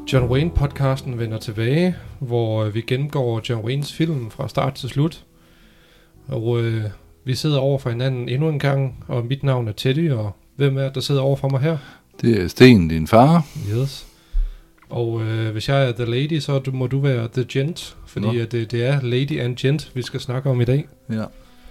John Wayne-podcasten vender tilbage, hvor vi gennemgår John Waynes film fra start til slut. Og vi sidder over for hinanden endnu en gang, og mit navn er Teddy, og hvem er der sidder over for mig her? Det er Sten, din far. Yes. Og hvis jeg er the lady, så må du være the gent, fordi det er lady and gent, vi skal snakke om i dag. Ja.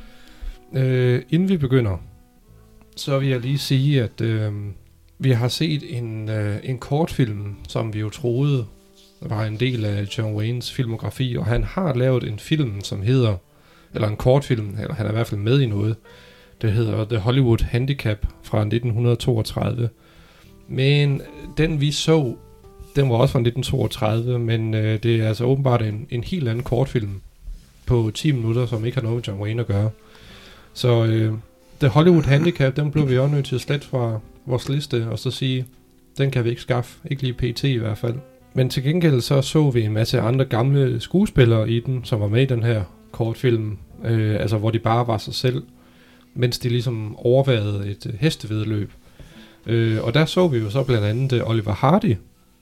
Inden vi begynder, så vil jeg lige sige, at vi har set en kortfilm, som vi jo troede var en del af John Waynes filmografi, og han har lavet en film, som hedder, eller en kortfilm, eller han er i hvert fald med i noget, det hedder The Hollywood Handicap fra 1932. Men den vi så, den var også fra 1932, men det er altså åbenbart en helt anden kortfilm på 10 minutter, som ikke har noget med John Wayne at gøre. Så The Hollywood Handicap, den blev vi også nødt til at slette fra vores liste, og så sige, den kan vi ikke skaffe, ikke lige pt i hvert fald. Men til gengæld så vi en masse andre gamle skuespillere i den, som var med i den her kortfilm, altså hvor de bare var sig selv, mens de ligesom overværede et hestevedløb. Og der så vi jo så blandt andet Oliver Hardy,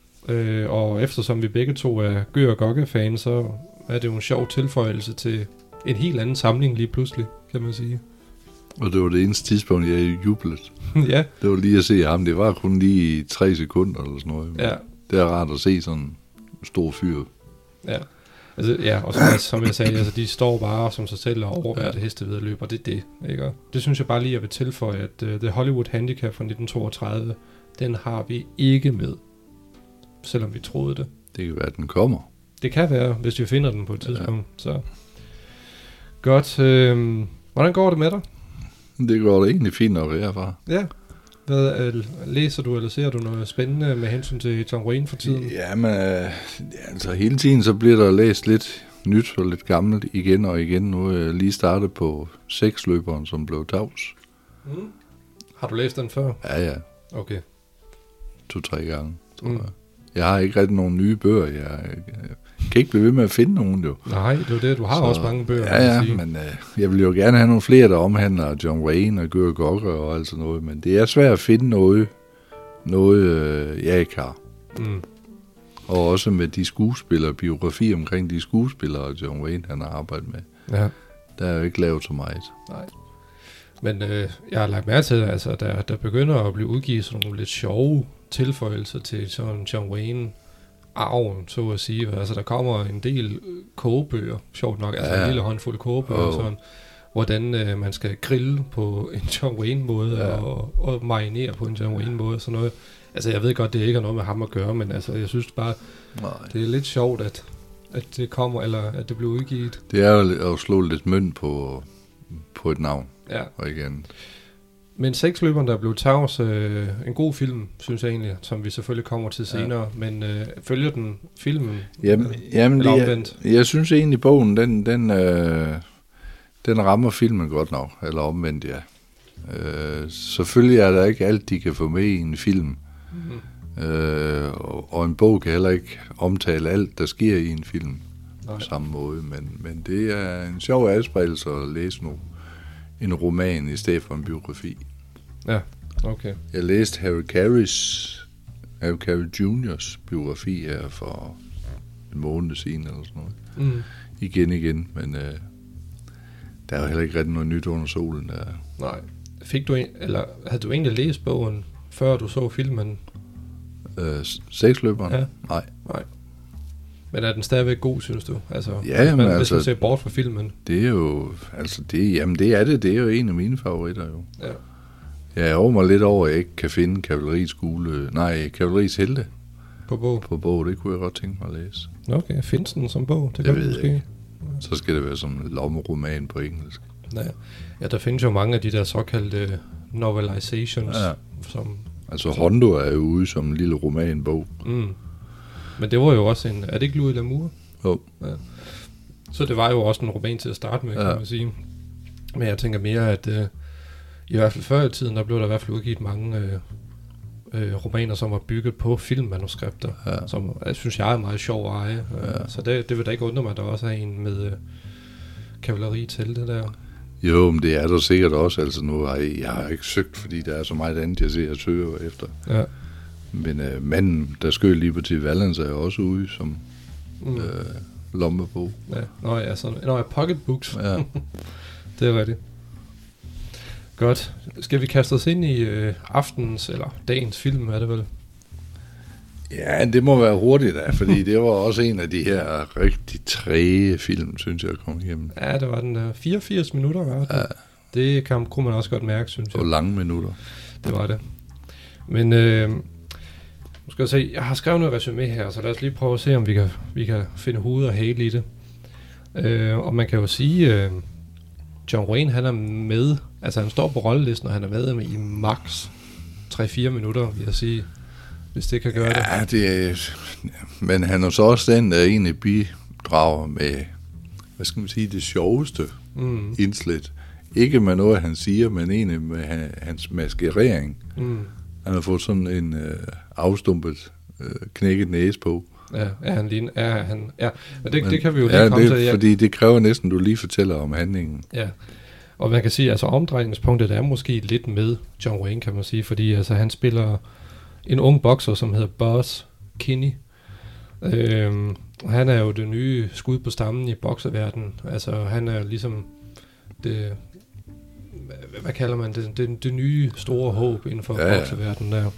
og eftersom vi begge to er Gør og Gokke-fans, så er det jo en sjov tilføjelse til en helt anden samling lige pludselig, kan man sige. Og det var det eneste tidspunkt, jeg jublede. Ja. Det var lige at se ham. Det var kun lige 3 sekunder eller sådan noget. Ja. Det er rart at se sådan en stor fyr. Ja. Altså, ja, og som jeg sagde, altså, de står bare som sig selv og overværer det hestevedløb, og det er det, ikke? Og det synes jeg bare lige, jeg vil tilføje, at The Hollywood Handicap fra 1932, den har vi ikke med, selvom vi troede det. Det kan være, at den kommer. Det kan være, hvis vi finder den på et tidspunkt. Så godt. Hvordan går det med dig? Det går da egentlig fint nok herfra. Ja. Læser du eller ser du noget spændende med hensyn til John Wayne for tiden? Ja, men altså hele tiden så bliver der læst lidt nyt og lidt gammelt igen og igen. Nu er jeg lige startet på Sexløberen, som blev tavs. Mm. Har du læst den før? Ja. Okay. 2-3 gange, tror jeg. Jeg har ikke rigtig nogen nye bøger. Jeg kan ikke blive ved med at finde nogen, jo. Nej, det er det. Du har så, også mange bøger. Ja, men jeg vil jo gerne have nogle flere, der omhandler John Wayne og Gør og Gokke og alt sådan noget. Men det er svært at finde noget jeg ikke har. Mm. Og også med de skuespillere, biografi omkring de skuespillere, John Wayne han har arbejdet med. Ja. Der er jo ikke lavet så meget. Nej. Men jeg har lagt mærke til, altså, der begynder at blive udgivet sådan nogle lidt sjove tilføjelser til sådan John Wayne arven, så at sige. Altså der kommer en del kogebøger, sjovt nok, altså en lille håndfuld kogebøger, sådan, hvordan man skal grille på en John Wayne måde og marinere på en John Wayne måde, sådan noget. Altså jeg ved godt, det ikke har noget med ham at gøre, men altså jeg synes bare, det er lidt sjovt, at det kommer, eller at det bliver udgivet. Det er jo at slå lidt mønt på et navn. Ja. Og igen. Men Sexløberen, der blev tavs, en god film, synes jeg egentlig, som vi selvfølgelig kommer til senere, men følger den filmen? Jamen jeg synes egentlig, bogen, den rammer filmen godt nok, eller omvendt, ja. Selvfølgelig er der ikke alt, de kan få med i en film, og en bog kan heller ikke omtale alt, der sker i en film på samme måde, men det er en sjov adspredelse at læse nu. En roman i stedet for en biografi. Ja, okay. Jeg læste Harry Carey Jr.'s biografi her for en måned siden eller sådan noget. Mm. Igen, men der er jo heller ikke rigtig noget nyt under solen der. Nej. Havde du egentlig læst bogen, før du så filmen? Sexløberen? Ja. Nej. Men er den stadigvæk god, synes du? Altså, hvis man ser bort fra filmen. Det er jo, altså det er det. Det er jo en af mine favoritter jo. Ja. Jeg ærger mig lidt over, at jeg ikke kan finde Kavaleriets Helte. På bog, det kunne jeg godt tænke mig at læse. Okay, findes den som bog? Det ved jeg ikke. Så skal det være som en lommeroman på engelsk. Ja, der findes jo mange af de der såkaldte novelizations. Ja. Altså Hondo er jo ude som en lille romanbog. Mm. Men det var jo også er det ikke Louis L'Amour? Jo. Ja. Så det var jo også en roman til at starte med, kan man sige. Men jeg tænker mere, at i hvert fald før i tiden, der blev der i hvert fald udgivet mange romaner, som var bygget på filmmanuskripter, som jeg synes jeg er meget sjov at eje. Så det vil da ikke undre mig, at der også er en med Kavaleriets Helte der. Jo, men det er der sikkert også. Altså nu jeg har ikke søgt, fordi der er så meget andet, jeg ser og søger efter. Ja. Men manden, der skød Liberty Valance, er jo også ude som lommebog. Ja, pocketbooks. Ja. Det er rigtigt. Godt. Skal vi kaste os ind i aftenens eller dagens film, er det vel? Ja, det må være hurtigt da, fordi det var også en af de her rigtig træge film, synes jeg, kom igennem. Ja, det var den 84 minutter, var det? Ja. Det kunne man også godt mærke, synes jeg. Og lange minutter. Det var det. Men nu skal jeg se, jeg har skrevet noget resumé her, så lad os lige prøve at se, om vi kan finde hoved og hale i det. Og man kan jo sige, John Wayne, han er med, altså han står på rollelisten, og han er med i max 3-4 minutter, vil jeg sige, hvis det kan gøre det. Ja, det er, men han er så også den, der egentlig bidrager med, hvad skal man sige, det sjoveste indslæt. Ikke med noget, han siger, men egentlig med hans maskerering. Han har fået sådan en afstumpet, knækket næse på. Ja, men det kan vi jo lige komme til. Ja, fordi det kræver næsten, du lige fortæller om handlingen. Ja, og man kan sige, altså omdrejningspunktet er måske lidt med John Wayne, kan man sige, fordi altså han spiller en ung bokser, som hedder Buzz Kinney. Han er jo det nye skud på stammen i bokseverdenen. Altså han er ligesom det, hvad kalder man det nye store håb inden for bokseverdenen der.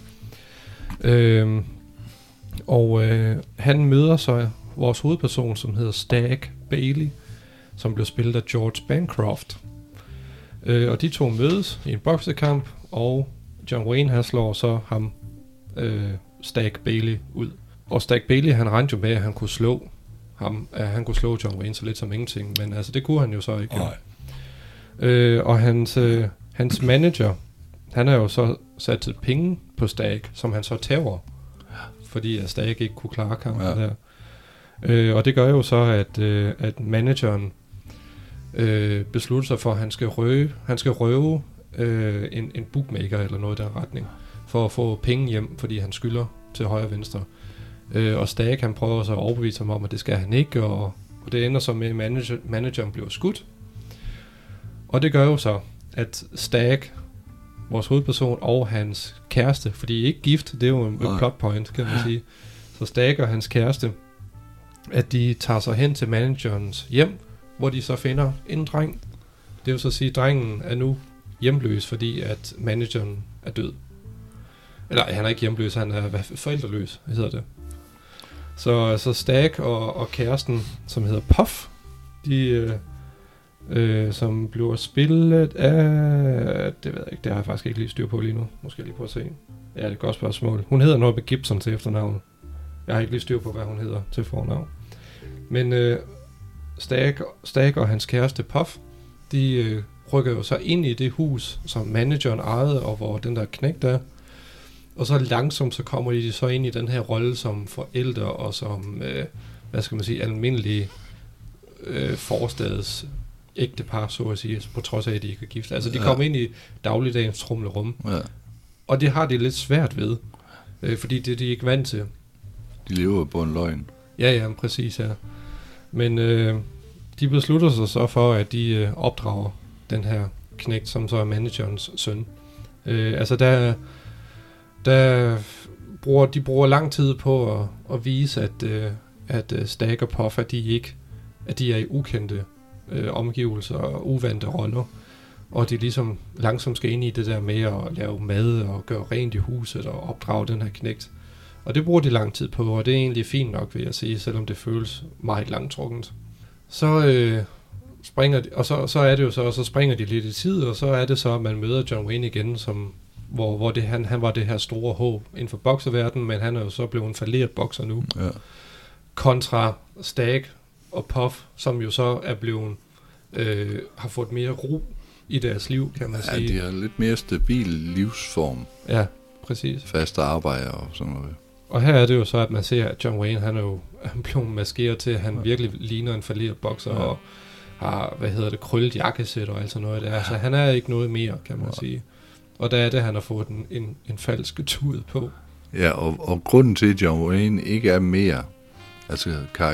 Han møder så vores hovedperson, som hedder Stag Bailey, som blev spillet af George Bancroft. Og de to mødes i en boksekamp, og John Wayne, han slår så ham, Stag Bailey, ud. Og Stag Bailey, han rendte jo med, at han kunne slå ham, han kunne slå John Wayne så lidt som ingenting, men altså det kunne han jo så ikke. Og hans manager, han er jo så sat til penge på Stag, som han så tæver, fordi at Stag ikke kunne klare kampen der. Og det gør jo så, at manageren beslutter sig for, at han skal røve en bookmaker eller noget i den retning, for at få penge hjem, fordi han skylder til højre og venstre. Og Stag, han prøver så at overbevise ham om, at det skal han ikke, og det ender så med, at manageren bliver skudt. Og det gør jo så, at Stag, vores hovedperson, og hans kæreste, fordi I er ikke gift, det er jo en plot point, kan man sige. Så Stag og hans kæreste, at de tager sig hen til managerens hjem, hvor de så finder en dreng. Det vil så sige, at drengen er nu hjemløs, fordi at manageren er død. Eller han er ikke hjemløs, han er forældreløs, hedder det. Så Stag og kæresten, som hedder Puff, de som bliver spillet af, det ved jeg ikke, det har jeg faktisk ikke lige styr på lige nu. Måske lige prøve at se. Ja, det er et godt spørgsmål. Hun hedder noget med Gibson til efternavn. Jeg har ikke lige styr på, hvad hun hedder til fornavn. Men Stag og hans kæreste Puff, de rykker jo så ind i det hus, som manageren ejede, og hvor den der knægt er. Og så langsomt så kommer de så ind i den her rolle som forældre og som, hvad skal man sige, almindelige forstads ægtepar, så at sige, på trods af, at de ikke er gift. Altså, de kommer ind i dagligdagens trumlerum. Ja. Og det har de lidt svært ved, fordi det er de ikke vant til. De lever på en løgn. Ja, præcis, ja. Men de beslutter sig så for, at de opdrager den her knægt, som så er managerens søn. Altså, de bruger lang tid på at vise, at Stag og Puff, at de er i ukendte omgivelser og uvante roller, og de ligesom langsomt skal ind i det der med at lave mad og gøre rent i huset og opdrage den her knægt. Og det bruger de lang tid på, og det er egentlig fint nok, vil jeg sige, selvom det føles meget langtrukkent. Så springer de, og så er det jo så springer de lidt i tid, og så er det så, at man møder John Wayne igen, hvor han var det her store håb inden for bokseverdenen, men han er jo så blevet en falderet bokser nu. Ja. Kontra Stag og Puff, som jo så er blevet har fået mere ro i deres liv, kan man sige. Ja, de har lidt mere stabil livsform. Ja, præcis. Faste arbejde og sådan noget. Og her er det jo så, at man ser, at John Wayne, han blevet maskeret til, at han virkelig ligner en falderet bokser, og har, krøllet jakkesæt og alt sådan noget der. Ja. Så han er ikke noget mere, kan man sige. Og der er det, han har fået en falsk tud på. Ja, og grunden til, at John Wayne ikke er mere, altså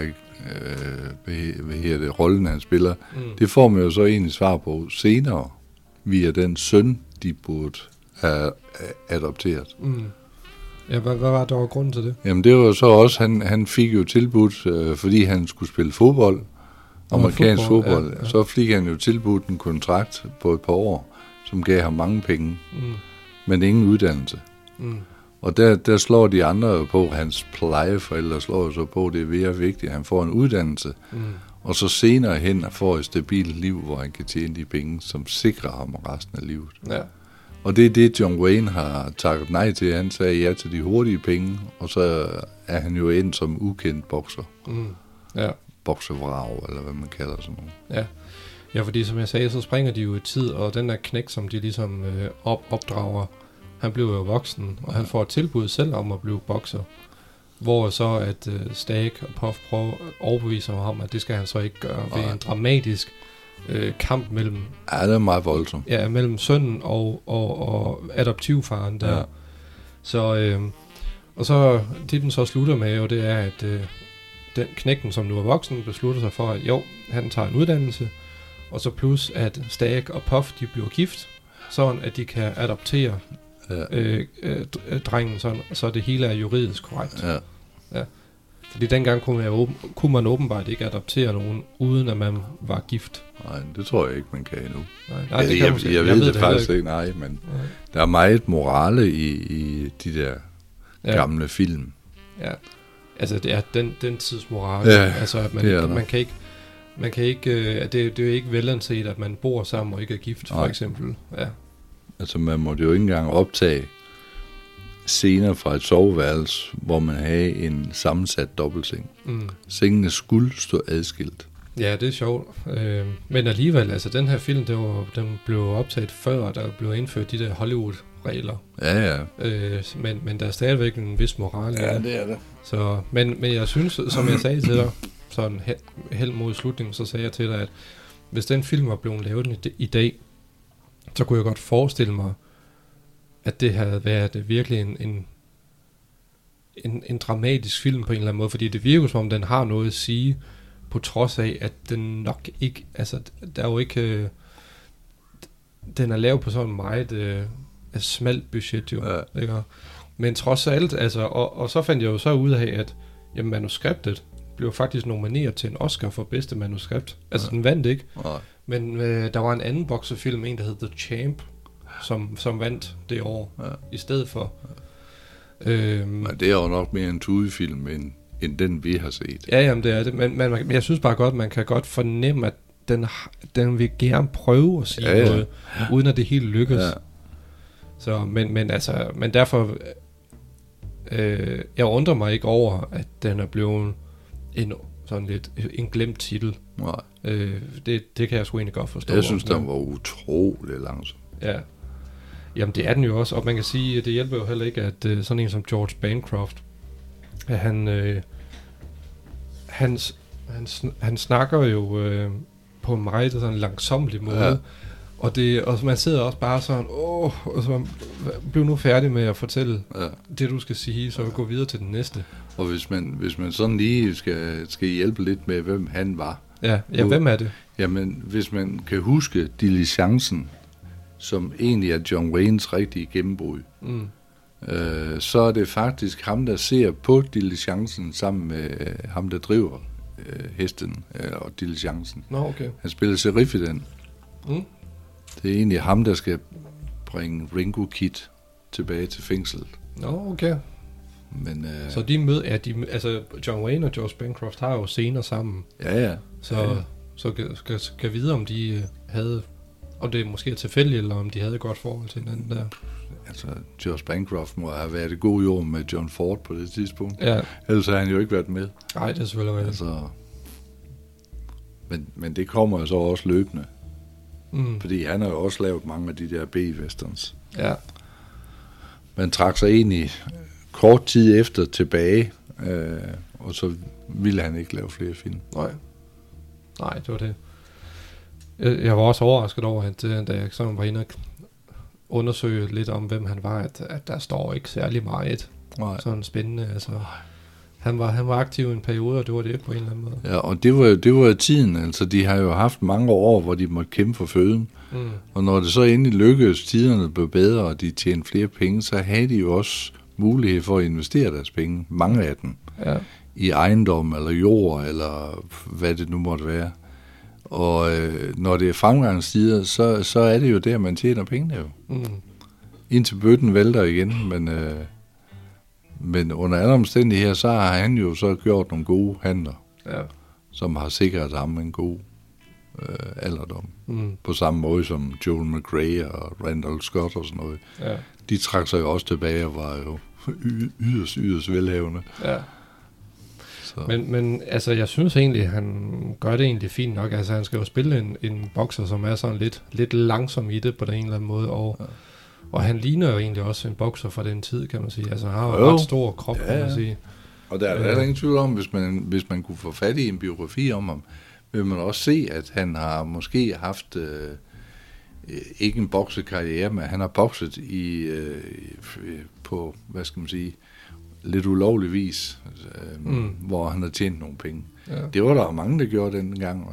rollen, han spiller, det får man jo så egentlig svar på senere, via den søn, de burde have adopteret. Ja, hvad var der grunden til det? Jamen det var så også, han fik jo tilbudt, fordi han skulle spille fodbold, amerikansk fodbold, ja. Så fik han jo tilbudt en kontrakt på et par år, som gav ham mange penge, men ingen uddannelse. Og der slår de andre jo på, hans plejeforældre slår jo så på, det er mere vigtigt, at han får en uddannelse, og så senere hen får et stabilt liv, hvor han kan tjene de penge, som sikrer ham resten af livet. Ja. Og det er det, John Wayne har takket nej til. Han sagde ja til de hurtige penge, og så er han jo endt som ukendt bokser. Ja. Boksevrag, eller hvad man kalder sådan noget. Ja, fordi som jeg sagde, så springer de jo i tid, og den der knæk, som de ligesom opdrager, han blev jo voksen, og han får et tilbud selv om at blive bokser. Hvor så at Stag og Puff prøver at overbevise ham, at det skal han så ikke gøre ved en dramatisk kamp mellem... Ja, det er meget voldsomt. Ja, mellem sønnen og adoptivfaren der. Ja. Så, og så det den så slutter med, jo, det er, at den knækken, som nu er voksen, beslutter sig for, at jo, han tager en uddannelse, og så plus, at Stag og Puff, de bliver gift, sådan at de kan adoptere drengen, sådan, så det hele er juridisk korrekt. Ja. Fordi dengang kunne man åbenbart ikke adoptere nogen, uden at man var gift. Nej, det tror jeg ikke, man kan endnu. Nej, det kan jeg ved det faktisk ikke, nej, men der er meget morale i de der gamle film. Ja, altså det er den tids morale. Ja, altså at man kan ikke, det er jo ikke velanset, at man bor sammen og ikke er gift, for eksempel. Ja. Altså man måtte jo ikke engang optage scener fra et soveværelse, hvor man havde en sammensat dobbeltseng. Sengene skulle stå adskilt. Ja, det er sjovt. Men alligevel, altså den her film, den blev optaget før, der blev indført de der Hollywood-regler. Ja. Men der er stadigvæk en vis moral. Ja, det er det. Så, men jeg synes, som jeg sagde til dig, sådan helt mod slutningen, så sagde jeg til dig, at hvis den film var blevet lavet i dag, så kunne jeg godt forestille mig, at det havde været virkelig en dramatisk film på en eller anden måde, fordi det virker som om den har noget at sige, på trods af, at den nok ikke, altså der er jo ikke, den er lavet på sådan meget smalt budget jo, ikke? Men trods alt, altså, og så fandt jeg jo så ud af, at jamen, manuskriptet blev faktisk nomineret til en Oscar for bedste manuskript. Altså den vandt ikke, men der var en anden boksefilm, en der hed The Champ, som vandt det år i stedet for. Men det er jo nok mere en tudefilm end den vi har set. Ja, jamen det er det, men jeg synes bare godt, man kan godt fornemme, at den vil gerne prøve at sige noget, uden at det helt lykkes. Ja. Så, men derfor jeg undrer mig ikke over, at den er blevet en glemt titel. Nej. Det kan jeg sgu egentlig godt forstå. Jeg synes, den var utrolig langsom. Ja. Jamen det er den jo også, og man kan sige, at det hjælper jo heller ikke, at sådan en som George Bancroft, at han snakker jo på en meget sådan langsomlig måde, og man sidder også bare sådan, og så bliv nu færdig med at fortælle det, du skal sige, så vi går videre til den næste. Og hvis man sådan lige skal hjælpe lidt med, hvem han var. Ja, hvem er det? Jamen, hvis man kan huske Diligencen, som egentlig er John Waynes rigtige gennembrud, så er det faktisk ham, der ser på Diligencen sammen med ham, der driver hesten og Diligencen. Okay. Han spiller sheriff i den. Det er egentlig ham, der skal bringe Ringo Kid tilbage til fængslet. Okay. Men, så altså John Wayne og George Bancroft har jo scener sammen. Ja. Så skal vide, om de havde, om det måske er tilfældigt, eller om de havde et godt forhold til hinanden der. Altså, George Bancroft må have været et god jord med John Ford på det tidspunkt. Ja. Ellers har han jo ikke været med. Nej, det er selvfølgelig rigtigt. Altså, men det kommer jo så også løbende. Fordi han har jo også lavet mange af de der B-westerns. Ja. Man trak sig egentlig kort tid efter tilbage, og så ville han ikke lave flere film. Nej, det var det. Jeg var også overrasket over, at da jeg sådan var inde og undersøge lidt om, hvem han var, at der står ikke særlig meget sådan spændende. Altså, han var aktiv i en periode, og det var det på en eller anden måde. Ja, og det var tiden. Altså, de har jo haft mange år, hvor de måtte kæmpe for føden. Og når det så endelig lykkedes, tiderne blev bedre, og de tjente flere penge, så havde de jo også mulighed for at investere deres penge, mange af dem, i ejendom eller jord, eller hvad det nu måtte være. Og når det er fremgangstider, så er det jo der, man tjener pengene jo. Indtil bøtten vælter igen, men under alle omstændigheder, så har han jo så gjort nogle gode handler, som har sikret ham en god alderdom. På samme måde som Joel McRae og Randall Scott og sådan noget. Ja. De trak sig jo også tilbage og var jo yderst velhavende. Ja. Men altså, jeg synes egentlig, han gør det egentlig fint nok. Altså, han skal jo spille en bokser, som er sådan lidt langsom i det på den ene eller anden måde, og han ligner jo egentlig også en bokser fra den tid, kan man sige. Altså, han har jo en ret stor krop, kan man sige. Og der er heller ingen tvivl om, hvis man kunne få fat i en biografi om ham, vil man også se, at han har måske haft ikke en boksekarriere, men han har bokset på, hvad skal man sige, lidt ulovlig vis, hvor han har tjent nogle penge. Ja. Det var der mange, der gjorde dengang,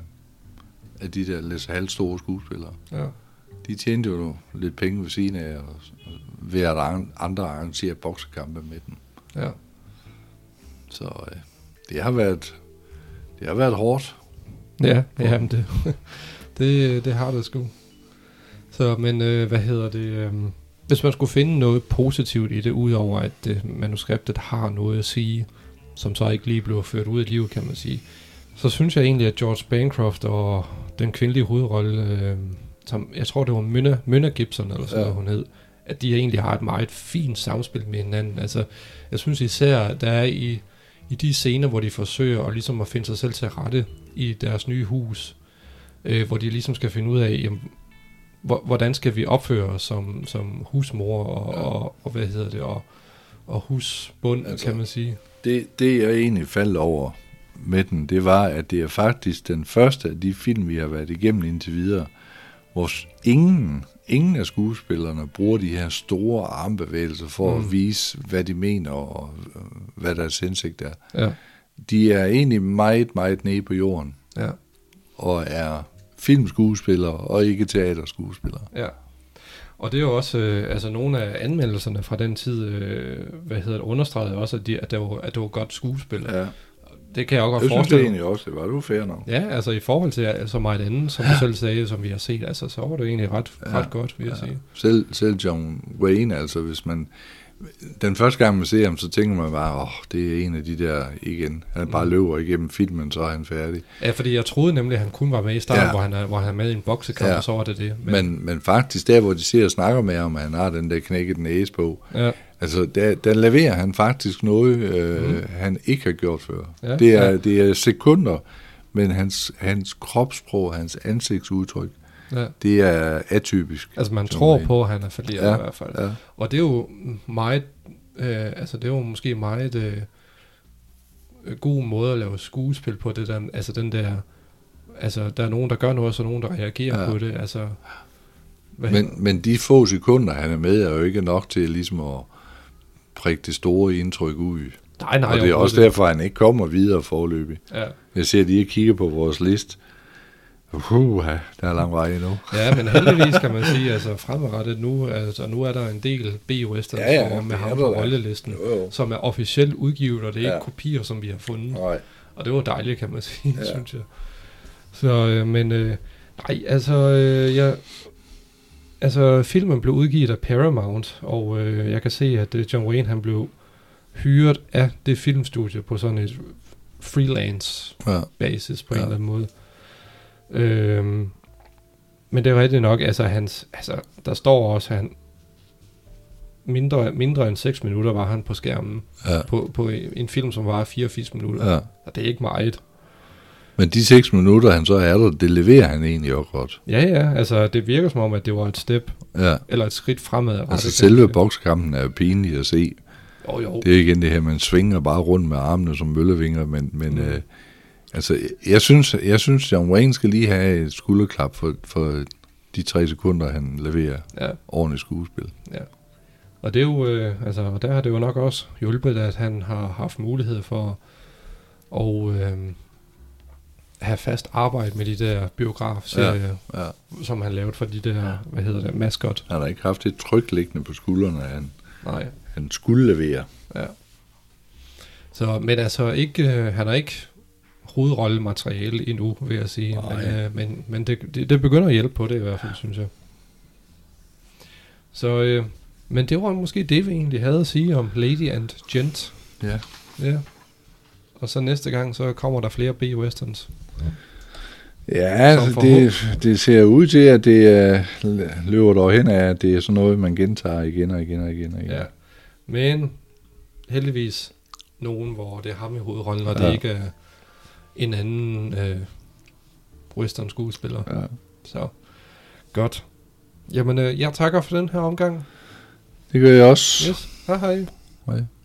af de der lidt halvstore skuespillere. Ja. De tjente jo lidt penge ved siden af, ved at andre arrangerer boksekampe med dem. Ja. Så det har været hårdt. Ja, jamen det har det sgu. Så, men hvad hedder det? Hvis man skulle finde noget positivt i det, udover at manuskriptet har noget at sige, som så ikke lige blev ført ud i livet, kan man sige, så synes jeg egentlig, at George Bancroft og den kvindelige hovedrolle, som jeg tror, det var Myrna Gibson, eller sådan noget, hun hed, at de egentlig har et meget fint samspil med hinanden. Altså, jeg synes især, der er i de scener, hvor de forsøger at, ligesom at finde sig selv til rette i deres nye hus, hvor de ligesom skal finde ud af, jamen, hvordan skal vi opføre os som husmor og hvad hedder det, og husbund, altså, kan man sige. Det jeg egentlig faldt over med den, det var, at det er faktisk den første af de film, vi har været igennem indtil videre, hvor ingen af skuespillerne bruger de her store armbevægelser for at vise, hvad de mener og hvad deres hensigt er. Ja. De er egentlig meget, meget nede på jorden. Ja. Og er filmskuespillere og ikke teaterskuespillere. Ja. Og det er jo også, altså nogle af anmeldelserne fra den tid, understregede også, at det var godt skuespil. Ja. Det kan jeg også godt forestille. Jeg synes det egentlig også, det var du fair nok. Ja, altså i forhold til altså meget andet, som du selv sagde, som vi har set, altså så var det egentlig ret godt, vil jeg sige. Selv John Wayne, altså hvis man den første gang man ser ham, så tænker man bare, det er en af de der igen. Han bare løber igennem filmen, så er han færdig. Ja, fordi jeg troede nemlig, at han kun var med i starten, hvor han er med i en boksekamp, og så var det. Men faktisk der, hvor de ser og snakker med ham, han har den der knækket næse på, altså der leverer han faktisk noget, han ikke har gjort før. Ja, det er sekunder, men hans kropssprog, hans ansigtsudtryk, det er atypisk. Altså man tror på, at han er falderet i hvert fald. Ja. Og det er jo meget, det er jo måske meget god måde at lave skuespil på det der, altså den der, altså der er nogen, der gør noget, og så nogen, der reagerer på det. Altså, men de få sekunder, han er med, er jo ikke nok til ligesom at prikke det store indtryk ud. Nej, og det er også derfor, han ikke kommer videre forløbig. Ja. Jeg ser, at de ikke kigger på vores liste. Der er lang vej endnu. Ja, men heldigvis kan man sige, altså fremadrettet nu, altså nu er der en del B-westerns med ham på rollelisten, som er officielt udgivet, og det er ikke kopier, som vi har fundet. Nej. Og det var dejligt, kan man sige, synes jeg. Så, filmen blev udgivet af Paramount, og jeg kan se, at John Wayne, han blev hyret af det filmstudie på sådan et freelance basis på en eller anden måde. Men det er rigtigt nok, der står også, han mindre end 6 minutter var han på skærmen på en film, som var 84 minutter. Ja. Og det er ikke meget. Men de 6 minutter, han så er der, det leverer han egentlig også godt. Ja, altså det virker som om, at det var et step, eller et skridt fremad. Altså selve bokskampen er jo pinlig at se. Jo. Det er igen det her, man svinger bare rundt med armene som møllevinger, men altså, jeg synes, John Wayne skal lige have et skulderklap for de 3 sekunder, han leverer ordentligt skuespil. Ja. Og det er jo, der har det jo nok også hjulpet, at han har haft mulighed for at have fast arbejde med de der biografserier, som han lavede for de der, Mascot. Han har ikke haft et tryk liggende på skuldrene af Nej. Han skulle levere. Ja. Så, men altså, han er ikke hovedrollemateriale endnu, vil jeg sige. Men det begynder at hjælpe på det i hvert fald, synes jeg. Så, men det var måske det, vi egentlig havde at sige om Lady and Gent. Ja. Ja. Og så næste gang, så kommer der flere B-westerns. Ja, altså det ser ud til, at det løber dog hen af, at det er sådan noget, man gentager igen og igen og igen og igen. Ja, men heldigvis nogen, hvor det er ham i hovedrollen, og det ikke er en anden western skuespiller. Ja. Så, godt. Jamen, jeg takker for den her omgang. Det gør jeg også. Yes, hej hej. Hej.